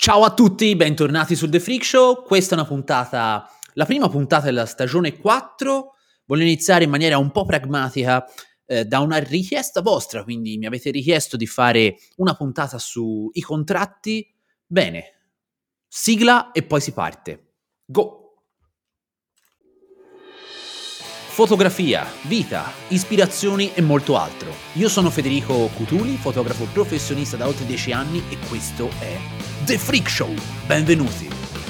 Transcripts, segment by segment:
Ciao a tutti, bentornati sul The Freak Show. Questa è la prima puntata della stagione 4. Voglio iniziare in maniera un po' pragmatica da una richiesta vostra, quindi mi avete richiesto di fare una puntata sui contratti. Bene, sigla e poi si parte. Go! Fotografia, vita, ispirazioni e molto altro. Io sono Federico Cutuli, fotografo professionista da oltre 10 anni e questo è The Freak Show. Benvenuti!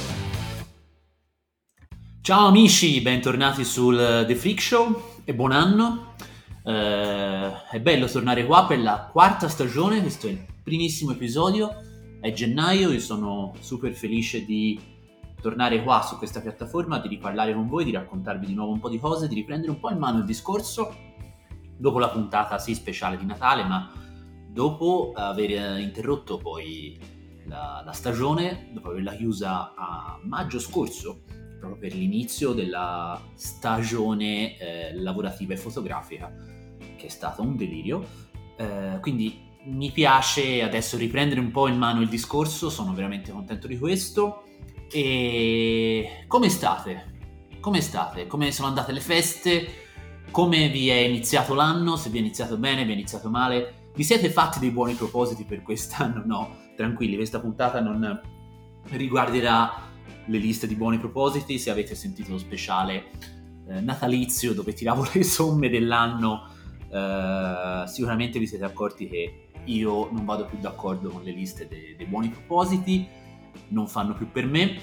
Ciao amici, bentornati sul The Freak Show e buon anno. È bello tornare qua per la quarta stagione, questo è il primissimo episodio, è gennaio, io sono super felice di tornare qua su questa piattaforma, di riparlare con voi, di raccontarvi di nuovo un po' di cose, di riprendere un po' in mano il discorso dopo la puntata sì speciale di Natale, ma dopo aver interrotto poi la stagione, dopo averla chiusa a maggio scorso, proprio per l'inizio della stagione lavorativa e fotografica, che è stato un delirio. Quindi mi piace adesso riprendere un po' in mano il discorso, sono veramente contento di questo. E come state? Come state? Come sono andate le feste? Come vi è iniziato l'anno? Se vi è iniziato bene, vi è iniziato male? Vi siete fatti dei buoni propositi per quest'anno? No, tranquilli, questa puntata non riguarderà le liste di buoni propositi. Se avete sentito lo speciale natalizio dove tiravo le somme dell'anno, sicuramente vi siete accorti che io non vado più d'accordo con le liste dei buoni propositi, non fanno più per me.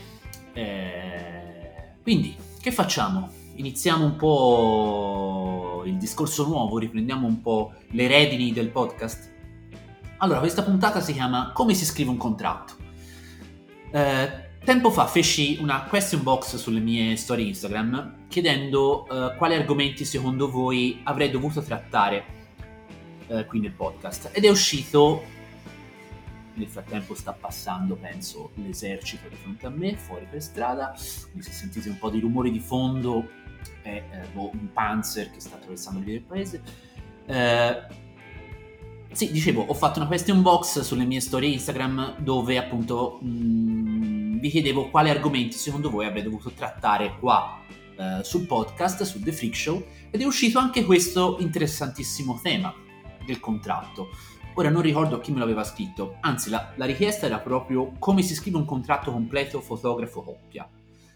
Quindi che facciamo? Iniziamo un po' il discorso nuovo, riprendiamo un po' le redini del podcast. Allora, questa puntata si chiama Come si scrive un contratto. Tempo fa feci una question box sulle mie storie Instagram chiedendo quali argomenti secondo voi avrei dovuto trattare qui nel podcast, ed è uscito. Nel frattempo sta passando, penso, l'esercito di fronte a me, fuori per strada. Quindi se sentite un po' di rumori di fondo è un Panzer che sta attraversando il via del paese. Sì, dicevo, ho fatto una question box sulle mie storie Instagram dove appunto vi chiedevo quali argomenti secondo voi avrei dovuto trattare qua sul podcast, sul The Freak Show, ed è uscito anche questo interessantissimo tema del contratto. Ora non ricordo chi me l'aveva scritto, anzi la richiesta era proprio come si scrive un contratto completo fotografo-coppia,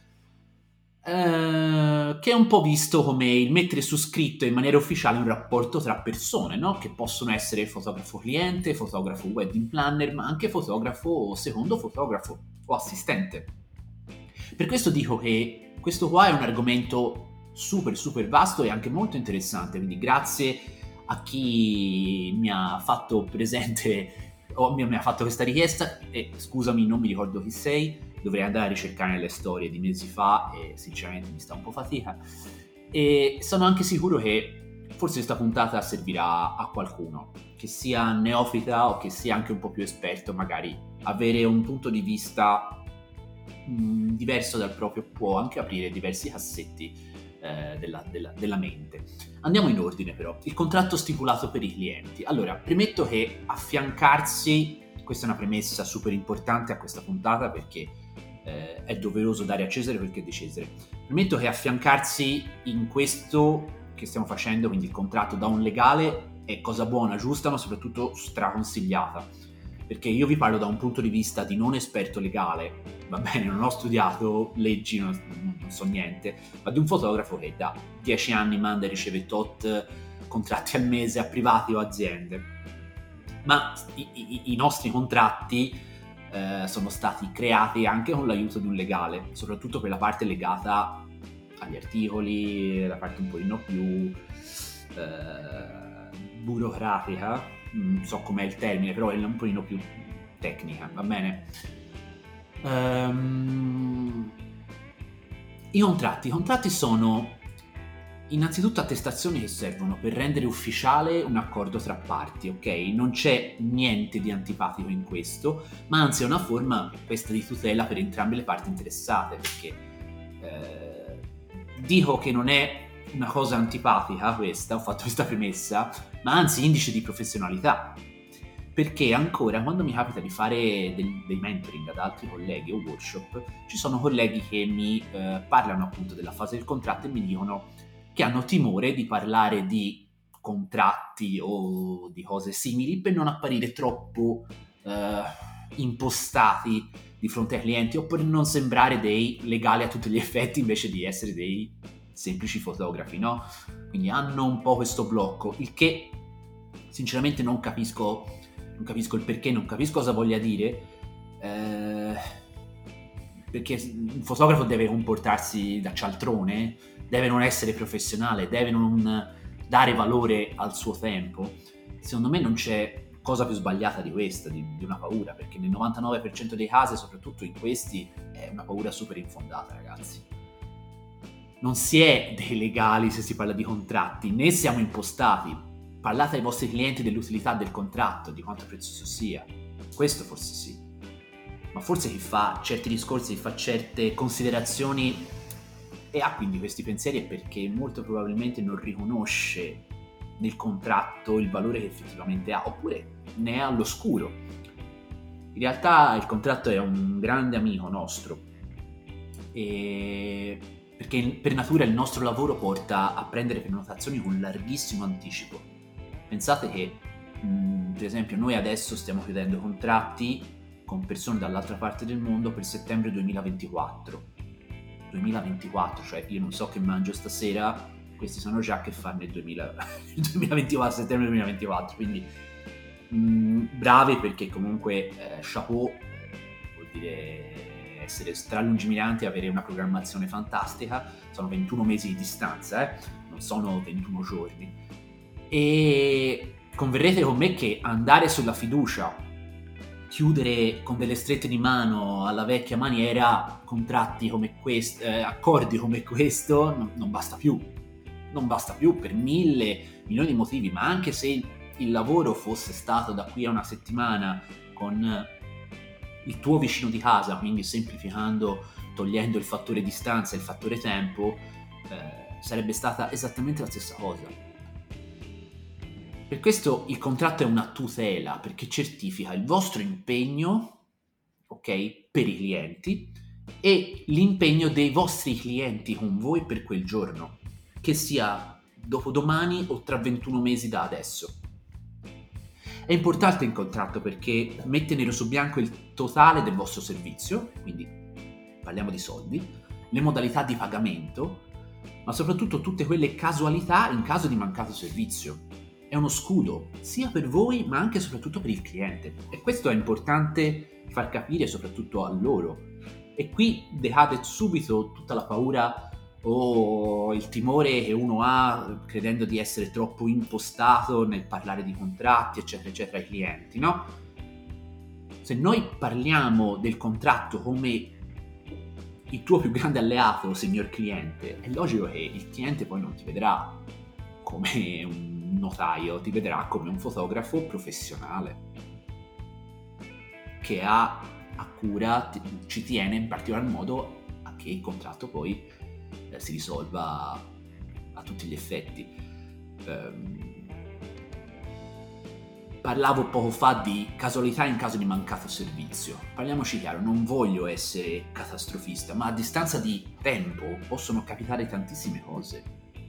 che è un po' visto come il mettere su scritto in maniera ufficiale un rapporto tra persone, no? Che possono essere fotografo-cliente, fotografo wedding planner, ma anche fotografo secondo fotografo o assistente. Per questo dico che questo qua è un argomento super super vasto e anche molto interessante, quindi grazie a chi mi ha fatto presente o mi ha fatto questa richiesta, e scusami, non mi ricordo chi sei, dovrei andare a ricercare nelle storie di mesi fa e sinceramente mi sta un po' fatica, e sono anche sicuro che forse questa puntata servirà a qualcuno, che sia neofita o che sia anche un po' più esperto. Magari avere un punto di vista diverso dal proprio può anche aprire diversi cassetti della mente. Andiamo in ordine però. Il contratto stipulato per i clienti. Allora, premetto che affiancarsi, questa è una premessa super importante a questa puntata perché è doveroso dare a Cesare quel che è di Cesare. Premetto che affiancarsi in questo che stiamo facendo, quindi il contratto da un legale, è cosa buona, giusta, ma soprattutto straconsigliata. Perché io vi parlo da un punto di vista di non esperto legale, va bene, non ho studiato leggi, non so niente, ma di un fotografo che da 10 anni manda e riceve tot contratti al mese a privati o aziende. Ma i nostri contratti sono stati creati anche con l'aiuto di un legale, soprattutto per la parte legata agli articoli, la parte un pochino più burocratica, non so com'è il termine, però è un pochino più tecnica, va bene? I contratti sono innanzitutto attestazioni che servono per rendere ufficiale un accordo tra parti, ok? Non c'è niente di antipatico in questo, ma anzi è una forma questa di tutela per entrambe le parti interessate, perché dico che non è una cosa antipatica questa, ho fatto questa premessa, ma anzi indice di professionalità, perché ancora quando mi capita di fare dei mentoring ad altri colleghi o workshop, ci sono colleghi che mi parlano appunto della fase del contratto e mi dicono che hanno timore di parlare di contratti o di cose simili per non apparire troppo impostati di fronte ai clienti o per non sembrare dei legali a tutti gli effetti invece di essere dei semplici fotografi, no? Quindi hanno un po' questo blocco, il che sinceramente non capisco il perché, non capisco cosa voglia dire, perché un fotografo deve comportarsi da cialtrone, deve non essere professionale, deve non dare valore al suo tempo. Secondo me non c'è cosa più sbagliata di questa, di una paura, perché nel 99% dei casi, soprattutto in questi, è una paura super infondata, ragazzi. Non si è dei legali se si parla di contratti, né siamo impostati. Parlate ai vostri clienti dell'utilità del contratto, di quanto prezioso sia. Questo forse sì. Ma forse chi fa certi discorsi, chi fa certe considerazioni e ha quindi questi pensieri è perché molto probabilmente non riconosce nel contratto il valore che effettivamente ha, oppure ne è all'oscuro. In realtà il contratto è un grande amico nostro, perché per natura il nostro lavoro porta a prendere prenotazioni con larghissimo anticipo. Pensate che, per esempio, noi adesso stiamo chiudendo contratti con persone dall'altra parte del mondo per settembre 2024. 2024, cioè io non so che mangio stasera, questi sanno già che fanno il 2024, settembre 2024, quindi bravi, perché comunque chapeau, vuol dire essere stralungimiranti, avere una programmazione fantastica. Sono 21 mesi di distanza, non sono 21 giorni, e converrete con me che andare sulla fiducia, chiudere con delle strette di mano alla vecchia maniera contratti come questo, accordi come questo, non basta più. Non basta più per milioni di motivi, ma anche se il lavoro fosse stato da qui a una settimana con il tuo vicino di casa, quindi semplificando, togliendo il fattore distanza e il fattore tempo, sarebbe stata esattamente la stessa cosa. Per questo il contratto è una tutela, perché certifica il vostro impegno, ok, per i clienti, e l'impegno dei vostri clienti con voi per quel giorno, che sia dopodomani o tra 21 mesi da adesso. È importante il contratto perché mette nero su bianco il totale del vostro servizio, quindi parliamo di soldi, le modalità di pagamento, ma soprattutto tutte quelle casualità in caso di mancato servizio. È uno scudo sia per voi ma anche e soprattutto per il cliente, e questo è importante far capire soprattutto a loro. E qui decade subito tutta la paura o il timore che uno ha credendo di essere troppo impostato nel parlare di contratti eccetera eccetera ai clienti, no? Se noi parliamo del contratto come il tuo più grande alleato, signor cliente, è logico che il cliente poi non ti vedrà come un notaio, ti vedrà come un fotografo professionale che ha a cura, ci tiene in particolar modo a che il contratto poi si risolva a tutti gli effetti. Parlavo poco fa di casualità in caso di mancato servizio. Parliamoci chiaro, non voglio essere catastrofista, ma a distanza di tempo possono capitare tantissime cose.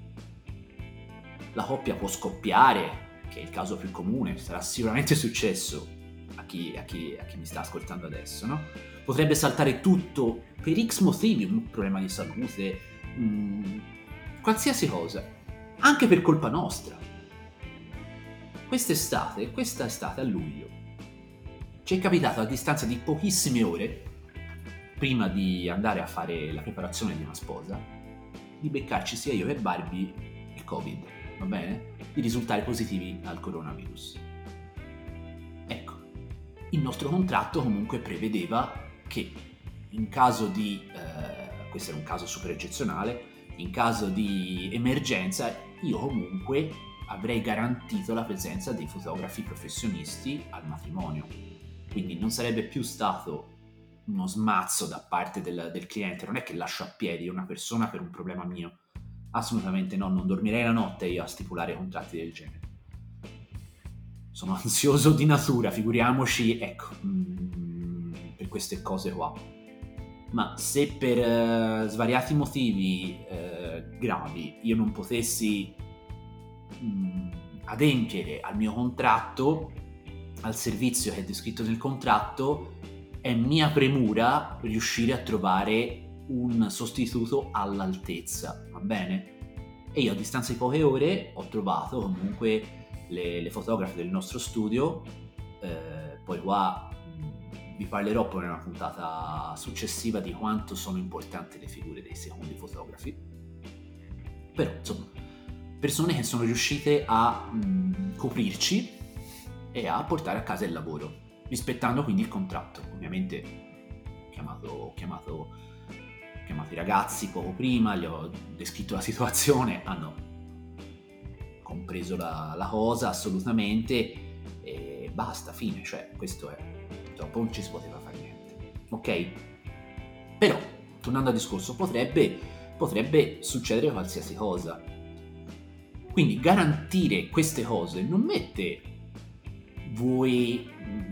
La coppia può scoppiare, che è il caso più comune, sarà sicuramente successo a chi mi sta ascoltando adesso, no? Potrebbe saltare tutto per X motivi, un problema di salute, qualsiasi cosa, anche per colpa nostra. Questa estate a luglio ci è capitato a distanza di pochissime ore, prima di andare a fare la preparazione di una sposa, di beccarci sia io che Barbie il Covid, va bene? Di risultare positivi al coronavirus. Ecco, il nostro contratto comunque prevedeva che in caso di, questo era un caso super eccezionale, in caso di emergenza io comunque avrei garantito la presenza dei fotografi professionisti al matrimonio. Quindi non sarebbe più stato uno smazzo da parte del cliente, non è che lascio a piedi una persona per un problema mio. Assolutamente no, non dormirei la notte io a stipulare contratti del genere. sono ansioso di natura, figuriamoci, ecco, per queste cose qua. Ma se per svariati motivi gravi io non potessi adempiere al mio contratto, al servizio che è descritto nel contratto, è mia premura riuscire a trovare un sostituto all'altezza, va bene? E io a distanza di poche ore ho trovato comunque le fotografe del nostro studio, poi qua vi parlerò poi nella puntata successiva di quanto sono importanti le figure dei secondi fotografi, però insomma persone che sono riuscite a coprirci e a portare a casa il lavoro, rispettando quindi il contratto. Ovviamente ho chiamato i ragazzi poco prima, gli ho descritto la situazione, hanno compreso la cosa assolutamente e basta, fine, cioè questo è, purtroppo non ci si poteva fare niente, ok? Però, tornando al discorso, potrebbe succedere qualsiasi cosa, quindi garantire queste cose non mette voi,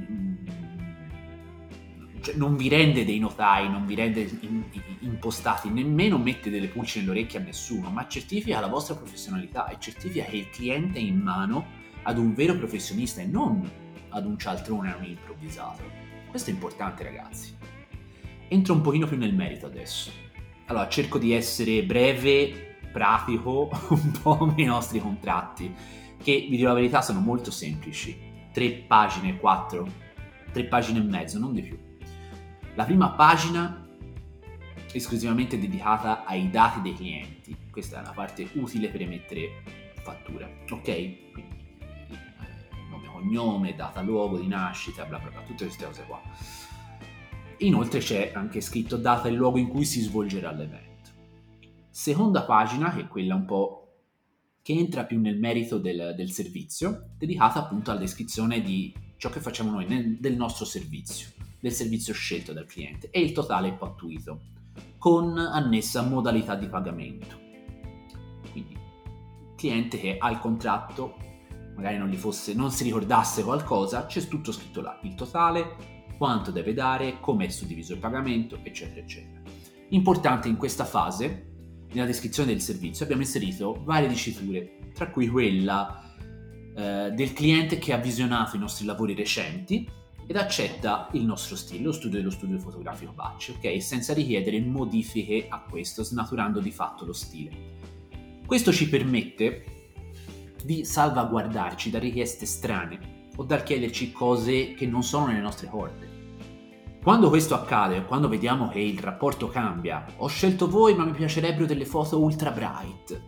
cioè non vi rende dei notai, non vi rende impostati, nemmeno mette delle pulci nell'orecchio a nessuno, ma certifica la vostra professionalità e certifica che il cliente è in mano ad un vero professionista e non ad un cialtrone, a un improvvisato. Questo è importante, ragazzi. Entro un pochino più nel merito adesso. Allora, cerco di essere breve, pratico, un po' come i nostri contratti, che, vi dirò la verità, sono molto semplici. 3 pagine, 4, 3 pagine e mezzo, non di più. La prima pagina esclusivamente dedicata ai dati dei clienti. Questa è la parte utile per emettere fattura, ok? Quindi nome, cognome, data, luogo di nascita, bla bla bla, tutte queste cose qua. Inoltre c'è anche scritto data e luogo in cui si svolgerà l'evento. Seconda pagina, che è quella un po' che entra più nel merito del servizio, dedicata appunto alla descrizione di ciò che facciamo noi del nostro servizio, del servizio scelto dal cliente e il totale pattuito, con annessa modalità di pagamento. Quindi cliente che ha il contratto, magari non si ricordasse qualcosa, c'è tutto scritto là, il totale, quanto deve dare, come è suddiviso il pagamento, eccetera eccetera. Importante in questa fase, nella descrizione del servizio abbiamo inserito varie diciture, tra cui quella del cliente che ha visionato i nostri lavori recenti ed accetta il nostro stile, lo studio fotografico Bacci, ok? Senza richiedere modifiche a questo, snaturando di fatto lo stile. Questo ci permette di salvaguardarci da richieste strane o dal chiederci cose che non sono nelle nostre corde. Quando questo accade, quando vediamo che il rapporto cambia, ho scelto voi ma mi piacerebbero delle foto ultra bright,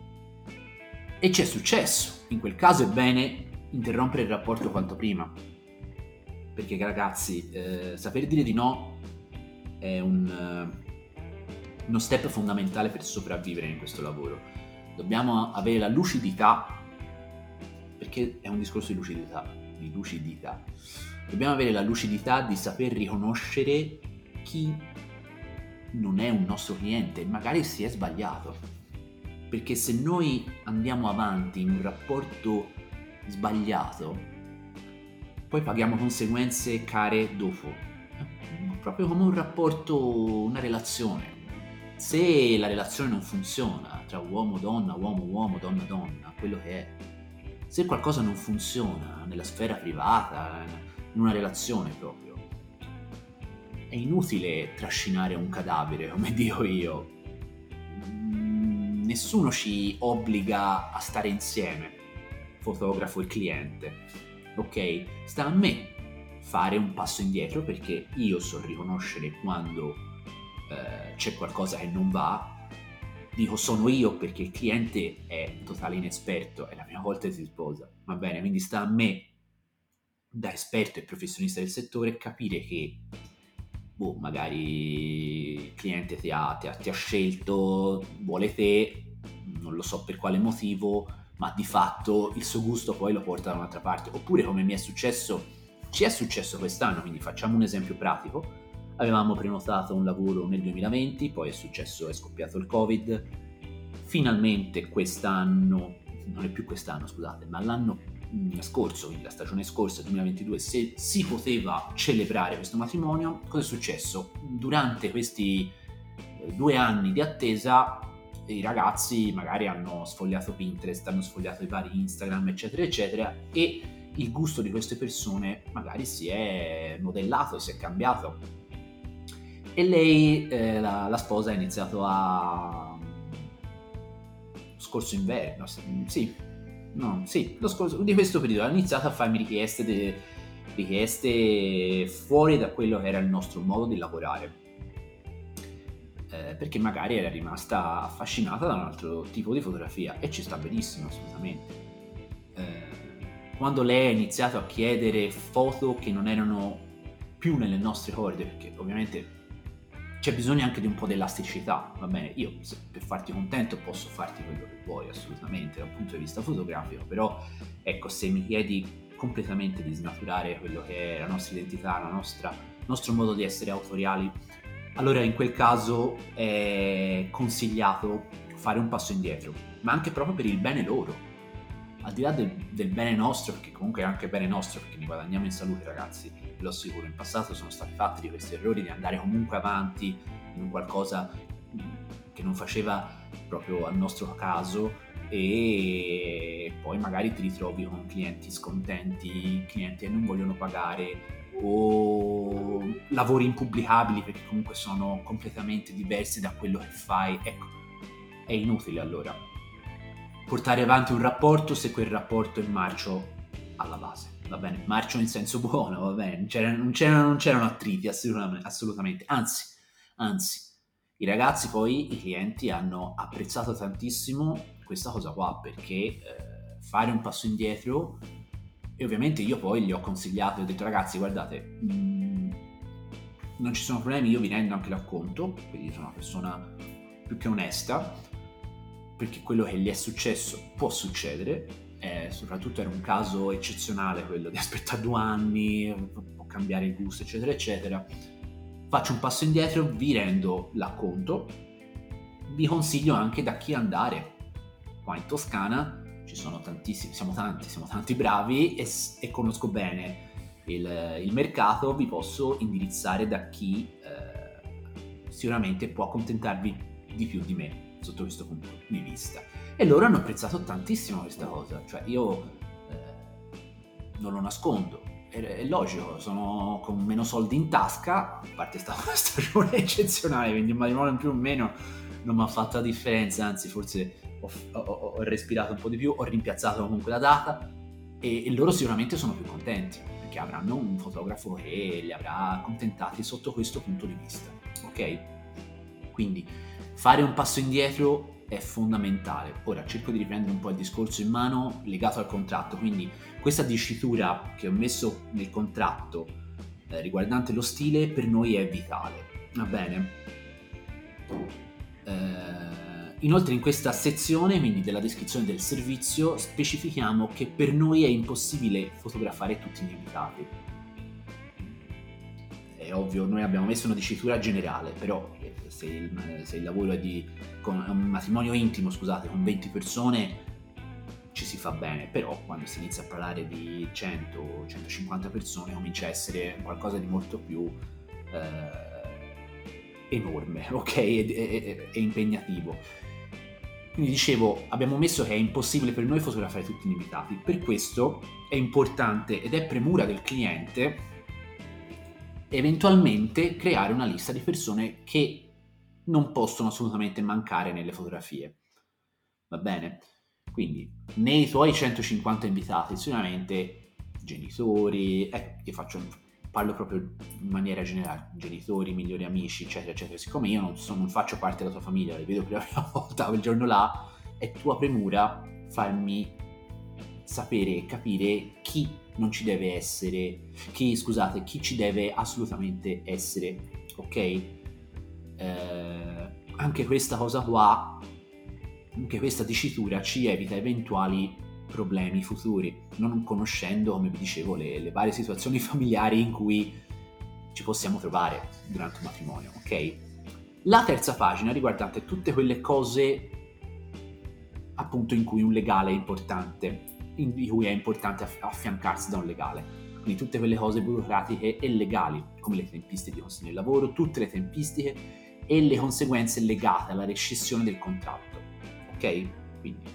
e c'è successo, in quel caso è bene interrompere il rapporto quanto prima, perché ragazzi, saper dire di no è uno step fondamentale per sopravvivere in questo lavoro. Dobbiamo avere la lucidità, perché è un discorso di lucidità. Dobbiamo avere la lucidità di saper riconoscere chi non è un nostro cliente e magari si è sbagliato. Perché se noi andiamo avanti in un rapporto sbagliato, poi paghiamo conseguenze care dopo. Proprio come un rapporto, una relazione. Se la relazione non funziona tra uomo-donna, uomo-uomo, donna-donna, quello che è, se qualcosa non funziona nella sfera privata, in una relazione proprio, è inutile trascinare un cadavere, come dico io. Nessuno ci obbliga a stare insieme, fotografo e cliente, ok? Sta a me fare un passo indietro, perché io so riconoscere quando c'è qualcosa che non va. Dico sono io perché il cliente è totale inesperto, è la prima volta che si sposa, va bene? Quindi sta a me, da esperto e professionista del settore, capire che magari il cliente ti ha scelto, vuole te, non lo so per quale motivo, ma di fatto il suo gusto poi lo porta da un'altra parte. Oppure, come ci è successo quest'anno, quindi facciamo un esempio pratico: avevamo prenotato un lavoro nel 2020, poi è scoppiato il Covid, finalmente quest'anno, non è più quest'anno scusate, ma l'anno scorso, quindi la stagione scorsa, 2022, se si poteva celebrare questo matrimonio. Cosa è successo? Durante questi 2 anni di attesa i ragazzi magari hanno sfogliato Pinterest, hanno sfogliato i vari Instagram, eccetera, eccetera, e il gusto di queste persone magari si è modellato, si è cambiato. E lei, la sposa, ha iniziato scorso inverno, lo scorso, di questo periodo, ha iniziato a farmi richieste fuori da quello che era il nostro modo di lavorare. Perché magari era rimasta affascinata da un altro tipo di fotografia, e ci sta benissimo, assolutamente. Quando lei ha iniziato a chiedere foto che non erano più nelle nostre corde, perché ovviamente c'è bisogno anche di un po' di elasticità, va bene? Io per farti contento posso farti quello che vuoi, assolutamente, dal punto di vista fotografico, però ecco, se mi chiedi completamente di snaturare quello che è la nostra identità, il nostro modo di essere autoriali, allora in quel caso è consigliato fare un passo indietro, ma anche proprio per il bene loro, al di là del bene nostro, perché comunque è anche bene nostro, perché ne guadagniamo in salute, ragazzi, ve lo assicuro. In passato sono stati fatti di questi errori, di andare comunque avanti in un qualcosa che non faceva proprio al nostro caso, e poi magari ti ritrovi con clienti scontenti, clienti che non vogliono pagare, o lavori impubblicabili perché comunque sono completamente diversi da quello che fai. Ecco, è inutile allora portare avanti un rapporto se quel rapporto è marcio alla base, va bene? Marcio in senso buono, va bene? Non c'erano attriti, assolutamente. Anzi, i ragazzi poi, i clienti, hanno apprezzato tantissimo questa cosa qua, perché fare un passo indietro. E ovviamente io poi gli ho consigliato, ho detto: ragazzi, guardate, non ci sono problemi, io vi rendo anche l'acconto, quindi sono una persona più che onesta, perché quello che gli è successo può succedere, soprattutto era un caso eccezionale quello di aspettare 2 anni, può cambiare il gusto, eccetera, eccetera. Faccio un passo indietro, vi rendo l'acconto, vi consiglio anche da chi andare. Qua in Toscana ci sono tantissimi, siamo tanti bravi, e conosco bene il mercato, vi posso indirizzare da chi sicuramente può accontentarvi di più di me sotto questo punto di vista. E loro hanno apprezzato tantissimo questa cosa, cioè io non lo nascondo, è logico, sono con meno soldi in tasca, a parte è stata una stagione eccezionale, quindi il matrimonio più o meno non mi ha fatto la differenza, anzi forse ho respirato un po' di più, ho rimpiazzato comunque la data, e loro sicuramente sono più contenti perché avranno un fotografo che li avrà accontentati sotto questo punto di vista, ok? Quindi fare un passo indietro è fondamentale. Ora cerco di riprendere un po' il discorso in mano legato al contratto, quindi questa dicitura che ho messo nel contratto riguardante lo stile per noi è vitale, va bene? Inoltre in questa sezione, quindi della descrizione del servizio, specifichiamo che per noi è impossibile fotografare tutti gli invitati. È ovvio, noi abbiamo messo una dicitura generale, però se il lavoro è un matrimonio intimo, scusate, con 20 persone, ci si fa bene, però quando si inizia a parlare di 100-150 persone comincia a essere qualcosa di molto più enorme, ok? E impegnativo. Quindi dicevo, abbiamo messo che è impossibile per noi fotografare tutti gli invitati. Per questo è importante ed è premura del cliente eventualmente creare una lista di persone che non possono assolutamente mancare nelle fotografie. Va bene? Quindi nei tuoi 150 invitati sicuramente genitori, io parlo proprio in maniera generale, genitori, migliori amici, eccetera, eccetera. Siccome io non faccio parte della tua famiglia, li vedo per la prima volta quel giorno là, è tua premura farmi sapere e capire chi non ci deve essere, chi ci deve assolutamente essere, ok? Anche questa cosa qua, anche questa dicitura ci evita eventuali problemi futuri, non conoscendo, come vi dicevo, le varie situazioni familiari in cui ci possiamo trovare durante un matrimonio, ok? La terza pagina riguardante tutte quelle cose appunto in cui un legale è importante. di cui è importante affiancarsi da un legale. Quindi tutte quelle cose burocratiche e legali, come le tempistiche di consegna del lavoro, tutte le tempistiche e le conseguenze legate alla rescissione del contratto. Ok? Quindi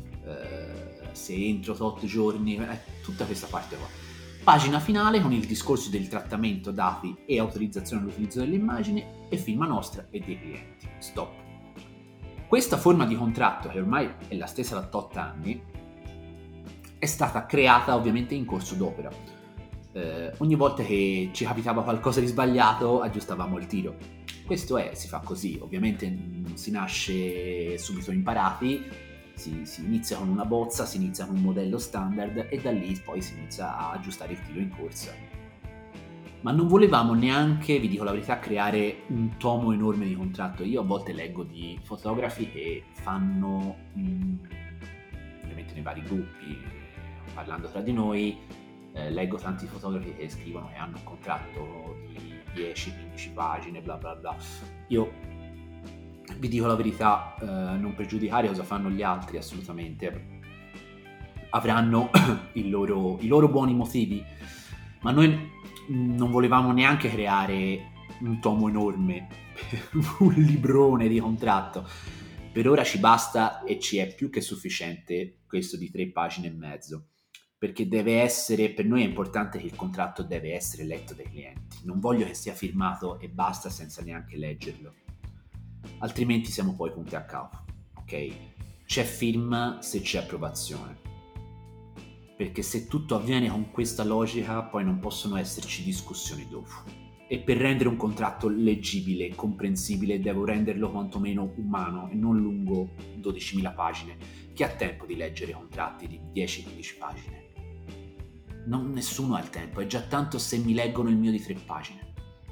se entro 8 giorni, tutta questa parte qua. Pagina finale con il discorso del trattamento, dati e autorizzazione all'utilizzo dell'immagine e firma nostra e dei clienti. Stop. Questa forma di contratto, che ormai è la stessa da 8 anni, è stata creata ovviamente in corso d'opera. Ogni volta che ci capitava qualcosa di sbagliato aggiustavamo il tiro. Questo si fa così, ovviamente non si nasce subito imparati, si inizia con una bozza, si inizia con un modello standard e da lì poi si inizia a aggiustare il tiro in corsa. Ma non volevamo neanche, vi dico la verità, creare un tomo enorme di contratto. Io a volte leggo di fotografi che fanno, ovviamente nei vari gruppi, parlando tra di noi, leggo tanti fotografi che scrivono che hanno un contratto di 10-15 pagine, bla bla bla. Io vi dico la verità, non per giudicare cosa fanno gli altri, assolutamente. Avranno i loro buoni motivi, ma noi non volevamo neanche creare un tomo enorme, un librone di contratto. Per ora ci basta e ci è più che sufficiente questo di 3 pagine e mezzo, perché deve essere, per noi è importante che il contratto deve essere letto dai clienti. Non voglio che sia firmato e basta senza neanche leggerlo, altrimenti siamo poi punti a capo, ok? C'è firma se c'è approvazione, perché se tutto avviene con questa logica poi non possono esserci discussioni dopo. E per rendere un contratto leggibile e comprensibile devo renderlo quantomeno umano e non lungo 12.000 pagine. Chi ha tempo di leggere contratti di 10-15 pagine? Nessuno ha il tempo, è già tanto se mi leggono il mio di 3 pagine.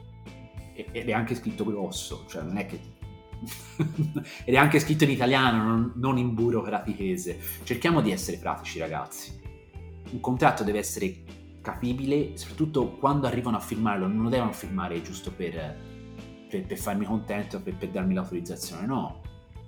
Ed è anche scritto grosso, cioè non è che... ed è anche scritto in italiano, non in burocratichese. Cerchiamo di essere pratici, ragazzi. Un contratto deve essere capibile, soprattutto quando arrivano a firmarlo. Non lo devono firmare giusto per farmi contento, per darmi l'autorizzazione, no.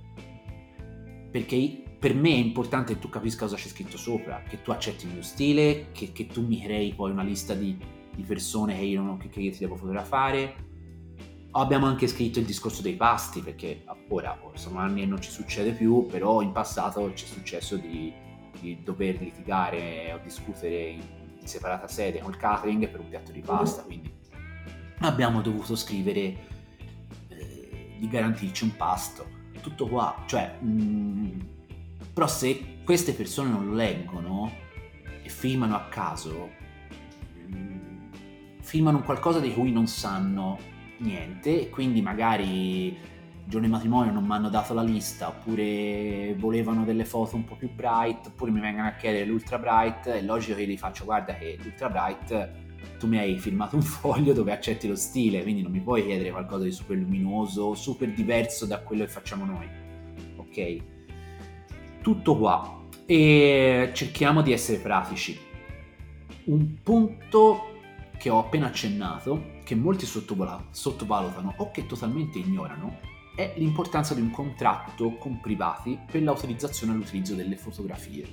Perché per me è importante che tu capisca cosa c'è scritto sopra, che tu accetti il mio stile, che tu mi crei poi una lista di persone che io ti devo fotografare. Abbiamo anche scritto il discorso dei pasti, perché ora sono anni e non ci succede più, però in passato ci è successo di dover litigare o discutere in separata sede col catering per un piatto di pasta, quindi abbiamo dovuto scrivere di garantirci un pasto, tutto qua, cioè però se queste persone non lo leggono e firmano a caso, firmano qualcosa di cui non sanno niente, e quindi magari il giorno di matrimonio non mi hanno dato la lista, oppure volevano delle foto un po' più bright, oppure mi vengono a chiedere l'ultra bright. È logico che gli faccio: guarda che l'ultra bright tu mi hai firmato un foglio dove accetti lo stile, quindi non mi puoi chiedere qualcosa di super luminoso, super diverso da quello che facciamo noi, ok? Tutto qua. E cerchiamo di essere pratici. Un punto che ho appena accennato, che molti sottovalutano o che totalmente ignorano, è l'importanza di un contratto con privati per l'autorizzazione all'utilizzo delle fotografie.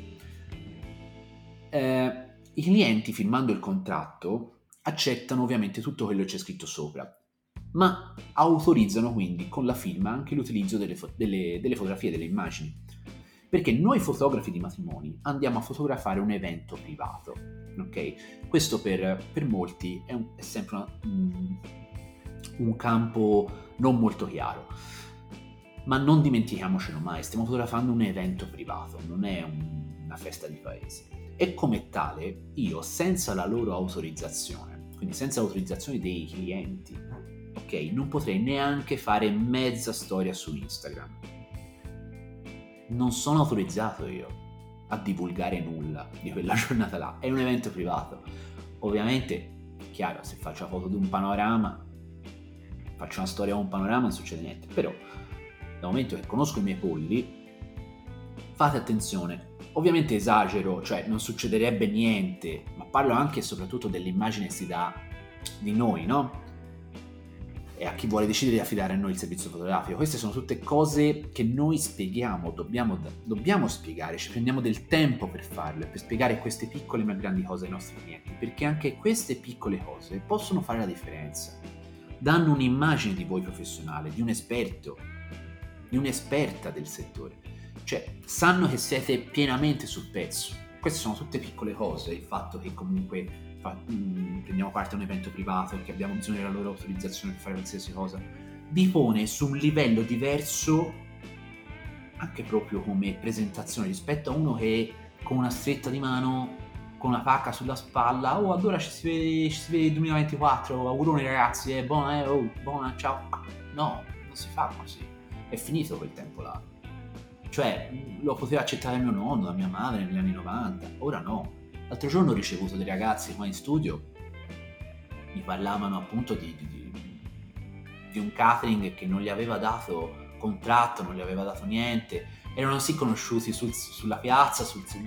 I clienti, firmando il contratto, accettano ovviamente tutto quello che c'è scritto sopra, ma autorizzano quindi con la firma anche l'utilizzo delle fotografie, delle immagini. Perché noi fotografi di matrimoni andiamo a fotografare un evento privato, ok? Questo per molti è sempre un campo non molto chiaro, ma non dimentichiamocelo mai, stiamo fotografando un evento privato, non è una festa di paese, e come tale io, senza la loro autorizzazione, quindi senza l'autorizzazione dei clienti, ok, non potrei neanche fare mezza storia su Instagram. Non sono autorizzato io a divulgare nulla di quella giornata là, è un evento privato. Ovviamente, chiaro, se faccio la foto di un panorama, faccio una storia con un panorama, non succede niente, però dal momento che conosco i miei polli, fate attenzione. Ovviamente esagero, cioè non succederebbe niente, ma parlo anche e soprattutto dell'immagine che si dà di noi, no? e a chi vuole decidere di affidare a noi il servizio fotografico. Queste sono tutte cose che noi spieghiamo, dobbiamo spiegare, ci prendiamo del tempo per farlo e per spiegare queste piccole ma grandi cose ai nostri clienti, perché anche queste piccole cose possono fare la differenza. Danno un'immagine di voi professionale, di un esperto, di un'esperta del settore. Cioè, sanno che siete pienamente sul pezzo. Queste sono tutte piccole cose, il fatto che comunque prendiamo parte a un evento privato e che abbiamo bisogno della loro autorizzazione per fare qualsiasi cosa, vi pone su un livello diverso anche proprio come presentazione rispetto a uno che con una stretta di mano, con una pacca sulla spalla, allora ci si vede il 2024, auguroni ragazzi, buona, ciao. No, non si fa così, è finito quel tempo là. Cioè, lo poteva accettare mio nonno, la mia madre negli anni 90, ora no. L'altro giorno ho ricevuto dei ragazzi qua in studio, mi parlavano appunto di un catering che non gli aveva dato contratto, non gli aveva dato niente, erano sì conosciuti sulla piazza,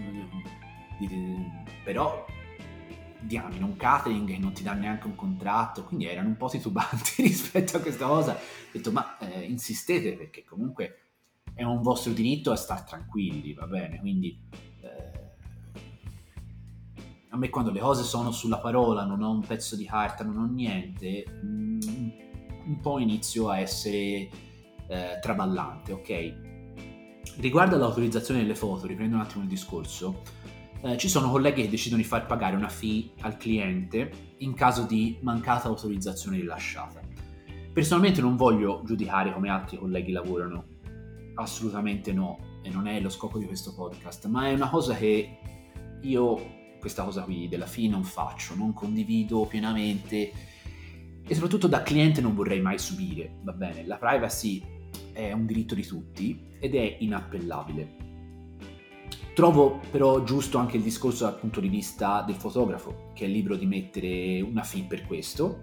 però diamine un catering che non ti dà neanche un contratto, quindi erano un po' titubanti rispetto a questa cosa. Ho detto ma insistete, perché comunque è un vostro diritto a star tranquilli, va bene? Quindi a me quando le cose sono sulla parola, non ho un pezzo di carta, non ho niente, un po' inizio a essere traballante, ok? Riguardo all'autorizzazione delle foto, riprendo un attimo il discorso, ci sono colleghi che decidono di far pagare una fee al cliente in caso di mancata autorizzazione rilasciata. Personalmente non voglio giudicare come altri colleghi lavorano, assolutamente no, e non è lo scopo di questo podcast, ma è una cosa che io, questa cosa qui della fee, non faccio, non condivido pienamente e soprattutto da cliente non vorrei mai subire, va bene? La privacy è un diritto di tutti ed è inappellabile. Trovo però giusto anche il discorso dal punto di vista del fotografo, che è libero di mettere una fee per questo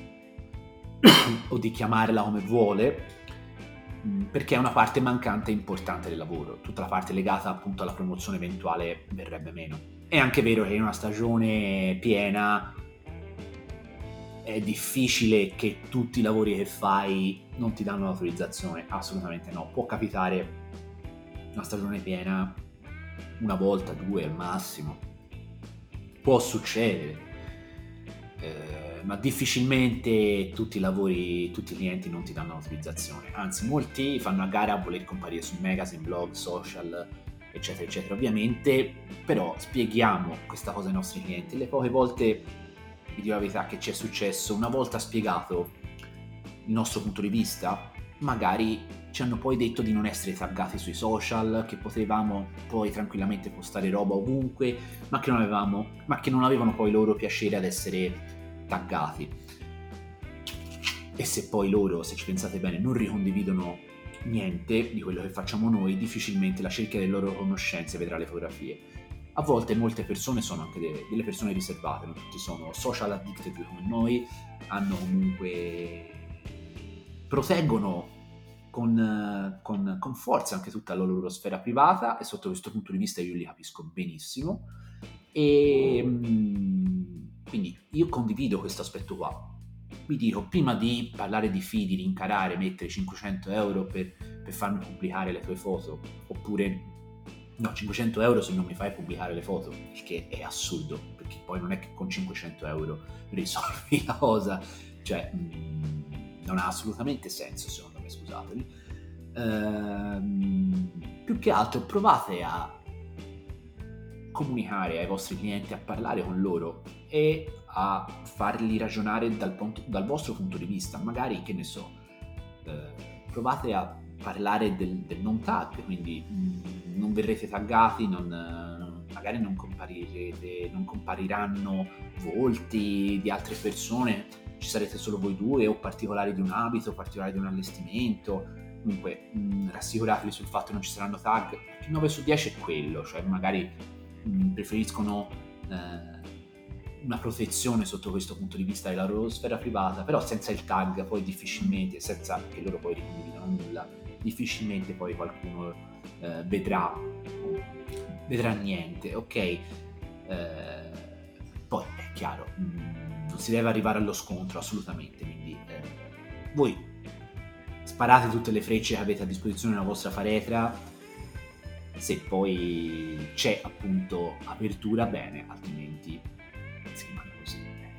o di chiamarla come vuole, perché è una parte mancante e importante del lavoro. Tutta la parte legata appunto alla promozione eventuale verrebbe meno. È anche vero che in una stagione piena è difficile che tutti i lavori che fai non ti danno l'autorizzazione, assolutamente no. Può capitare una stagione piena una volta, due al massimo, può succedere, ma difficilmente tutti i lavori, tutti i clienti non ti danno l'autorizzazione, anzi molti fanno a gara a voler comparire su magazine, blog, social, eccetera eccetera. Ovviamente però spieghiamo questa cosa ai nostri clienti. Le poche volte, vi dico la verità, che ci è successo, una volta spiegato il nostro punto di vista, magari ci hanno poi detto di non essere taggati sui social, che potevamo poi tranquillamente postare roba ovunque, ma che non avevano poi loro piacere ad essere taggati. E se poi loro, se ci pensate bene, non ricondividono niente di quello che facciamo noi, difficilmente la cerchia delle loro conoscenze vedrà le fotografie. A volte molte persone sono anche delle persone riservate, non tutti sono social addicted come noi, hanno comunque, proteggono con forza anche tutta la loro sfera privata, e sotto questo punto di vista io li capisco benissimo, e quindi io condivido questo aspetto qua. Vi dico, prima di parlare di fee, di rincarare, mettere 500 euro per farmi pubblicare le tue foto, oppure no, 500 euro se non mi fai pubblicare le foto, il che è assurdo, perché poi non è che con 500 euro risolvi la cosa, cioè non ha assolutamente senso secondo me, scusatemi. Più che altro provate a comunicare ai vostri clienti, a parlare con loro e a farli ragionare dal vostro punto di vista. Magari, che ne so, provate a parlare del non tag, quindi non verrete taggati, magari non compariranno volti di altre persone, ci sarete solo voi due, o particolari di un abito, particolari di un allestimento. Comunque rassicuratevi sul fatto che non ci saranno tag. 9 su 10 è quello, cioè magari preferiscono una protezione sotto questo punto di vista della loro sfera privata, però senza il tag poi difficilmente, senza che loro poi ricondividano nulla, difficilmente poi qualcuno vedrà niente, ok? Poi è chiaro, non si deve arrivare allo scontro assolutamente, quindi Voi sparate tutte le frecce che avete a disposizione nella vostra faretra, se poi c'è appunto apertura bene, altrimenti si rimane così.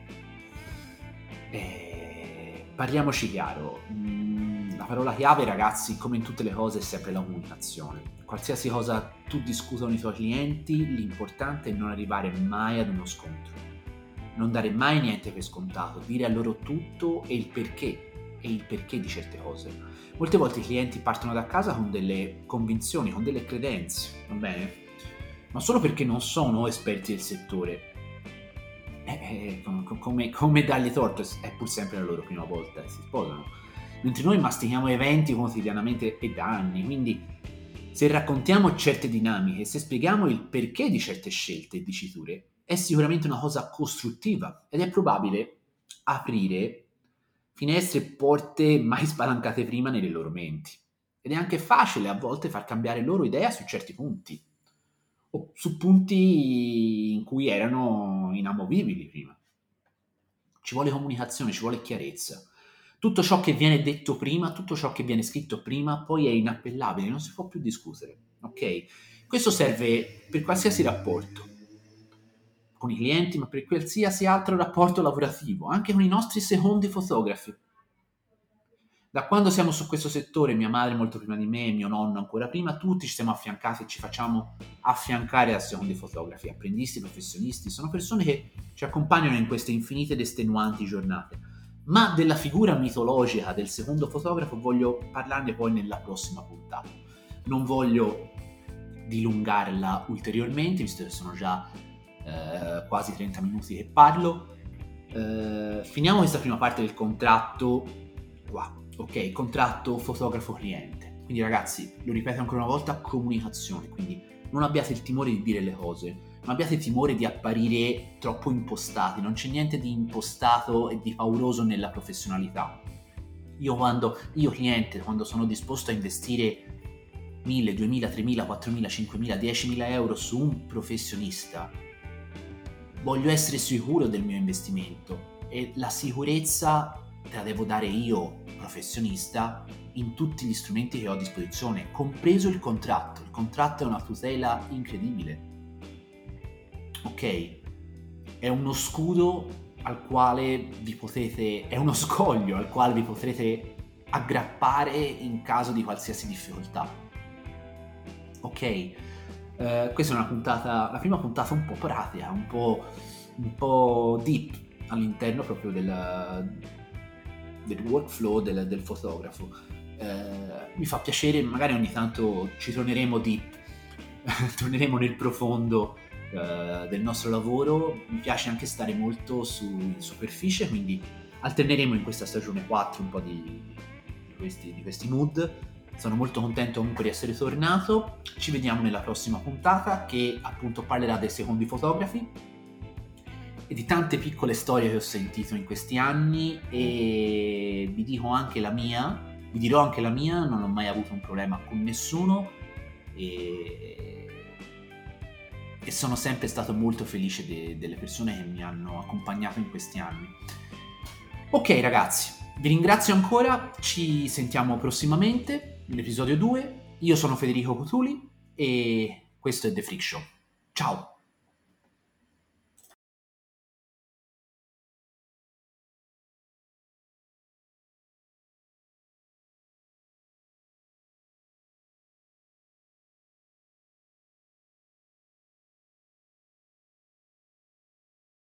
Parliamoci chiaro, la parola chiave, ragazzi, come in tutte le cose, è sempre la comunicazione. Qualsiasi cosa tu discuta con i tuoi clienti, l'importante è non arrivare mai ad uno scontro, non dare mai niente per scontato, dire a loro tutto e il perché di certe cose. Molte volte i clienti partono da casa con delle convinzioni, con delle credenze, va bene? Ma solo perché non sono esperti del settore. Come dargli torto, è pur sempre la loro prima volta che si sposano. Mentre noi mastichiamo eventi quotidianamente e da anni, quindi se raccontiamo certe dinamiche, se spieghiamo il perché di certe scelte e diciture, è sicuramente una cosa costruttiva ed è probabile aprire finestre e porte mai spalancate prima nelle loro menti. Ed è anche facile a volte far cambiare loro idea su certi punti, o su punti in cui erano inamovibili prima. Ci vuole comunicazione, ci vuole chiarezza. Tutto ciò che viene detto prima, tutto ciò che viene scritto prima, poi è inappellabile, non si può più discutere, ok? Questo serve per qualsiasi rapporto, con i clienti, ma per qualsiasi altro rapporto lavorativo, anche con i nostri secondi fotografi. Da quando siamo su questo settore, mia madre molto prima di me, mio nonno ancora prima, tutti ci siamo affiancati e ci facciamo affiancare da secondi fotografi, apprendisti, professionisti, sono persone che ci accompagnano in queste infinite ed estenuanti giornate. Ma della figura mitologica del secondo fotografo voglio parlarne poi nella prossima puntata. Non voglio dilungarla ulteriormente, visto che sono già quasi 30 minuti che parlo. Finiamo questa prima parte del contratto qua. Ok, contratto fotografo-cliente. Quindi ragazzi, lo ripeto ancora una volta, comunicazione. Quindi non abbiate il timore di dire le cose, non abbiate timore di apparire troppo impostati. Non c'è niente di impostato e di pauroso nella professionalità. Io cliente, quando sono disposto a investire 1000, 2000, 3000, 4000, 5000, 10.000 euro su un professionista, voglio essere sicuro del mio investimento e la sicurezza te la devo dare io, professionista, in tutti gli strumenti che ho a disposizione, compreso il contratto. Il contratto è una tutela incredibile. Ok? È uno scudo al quale vi potete... è uno scoglio al quale vi potrete aggrappare in caso di qualsiasi difficoltà. Ok? Questa è una puntata, la prima puntata un po' pratica, un po' deep all'interno proprio del workflow del fotografo. Mi fa piacere, magari ogni tanto ci torneremo deep, torneremo nel profondo del nostro lavoro. Mi piace anche stare molto in superficie, quindi alterneremo in questa stagione 4 un po' di questi mood. Sono molto contento comunque di essere tornato. Ci vediamo nella prossima puntata, che appunto parlerà dei secondi fotografi e di tante piccole storie che ho sentito in questi anni, e vi dirò anche la mia, non ho mai avuto un problema con nessuno e sono sempre stato molto felice delle persone che mi hanno accompagnato in questi anni. Ok ragazzi, vi ringrazio ancora, ci sentiamo prossimamente nell'episodio 2. Io sono Federico Cutuli e questo è The Freak Show. Ciao!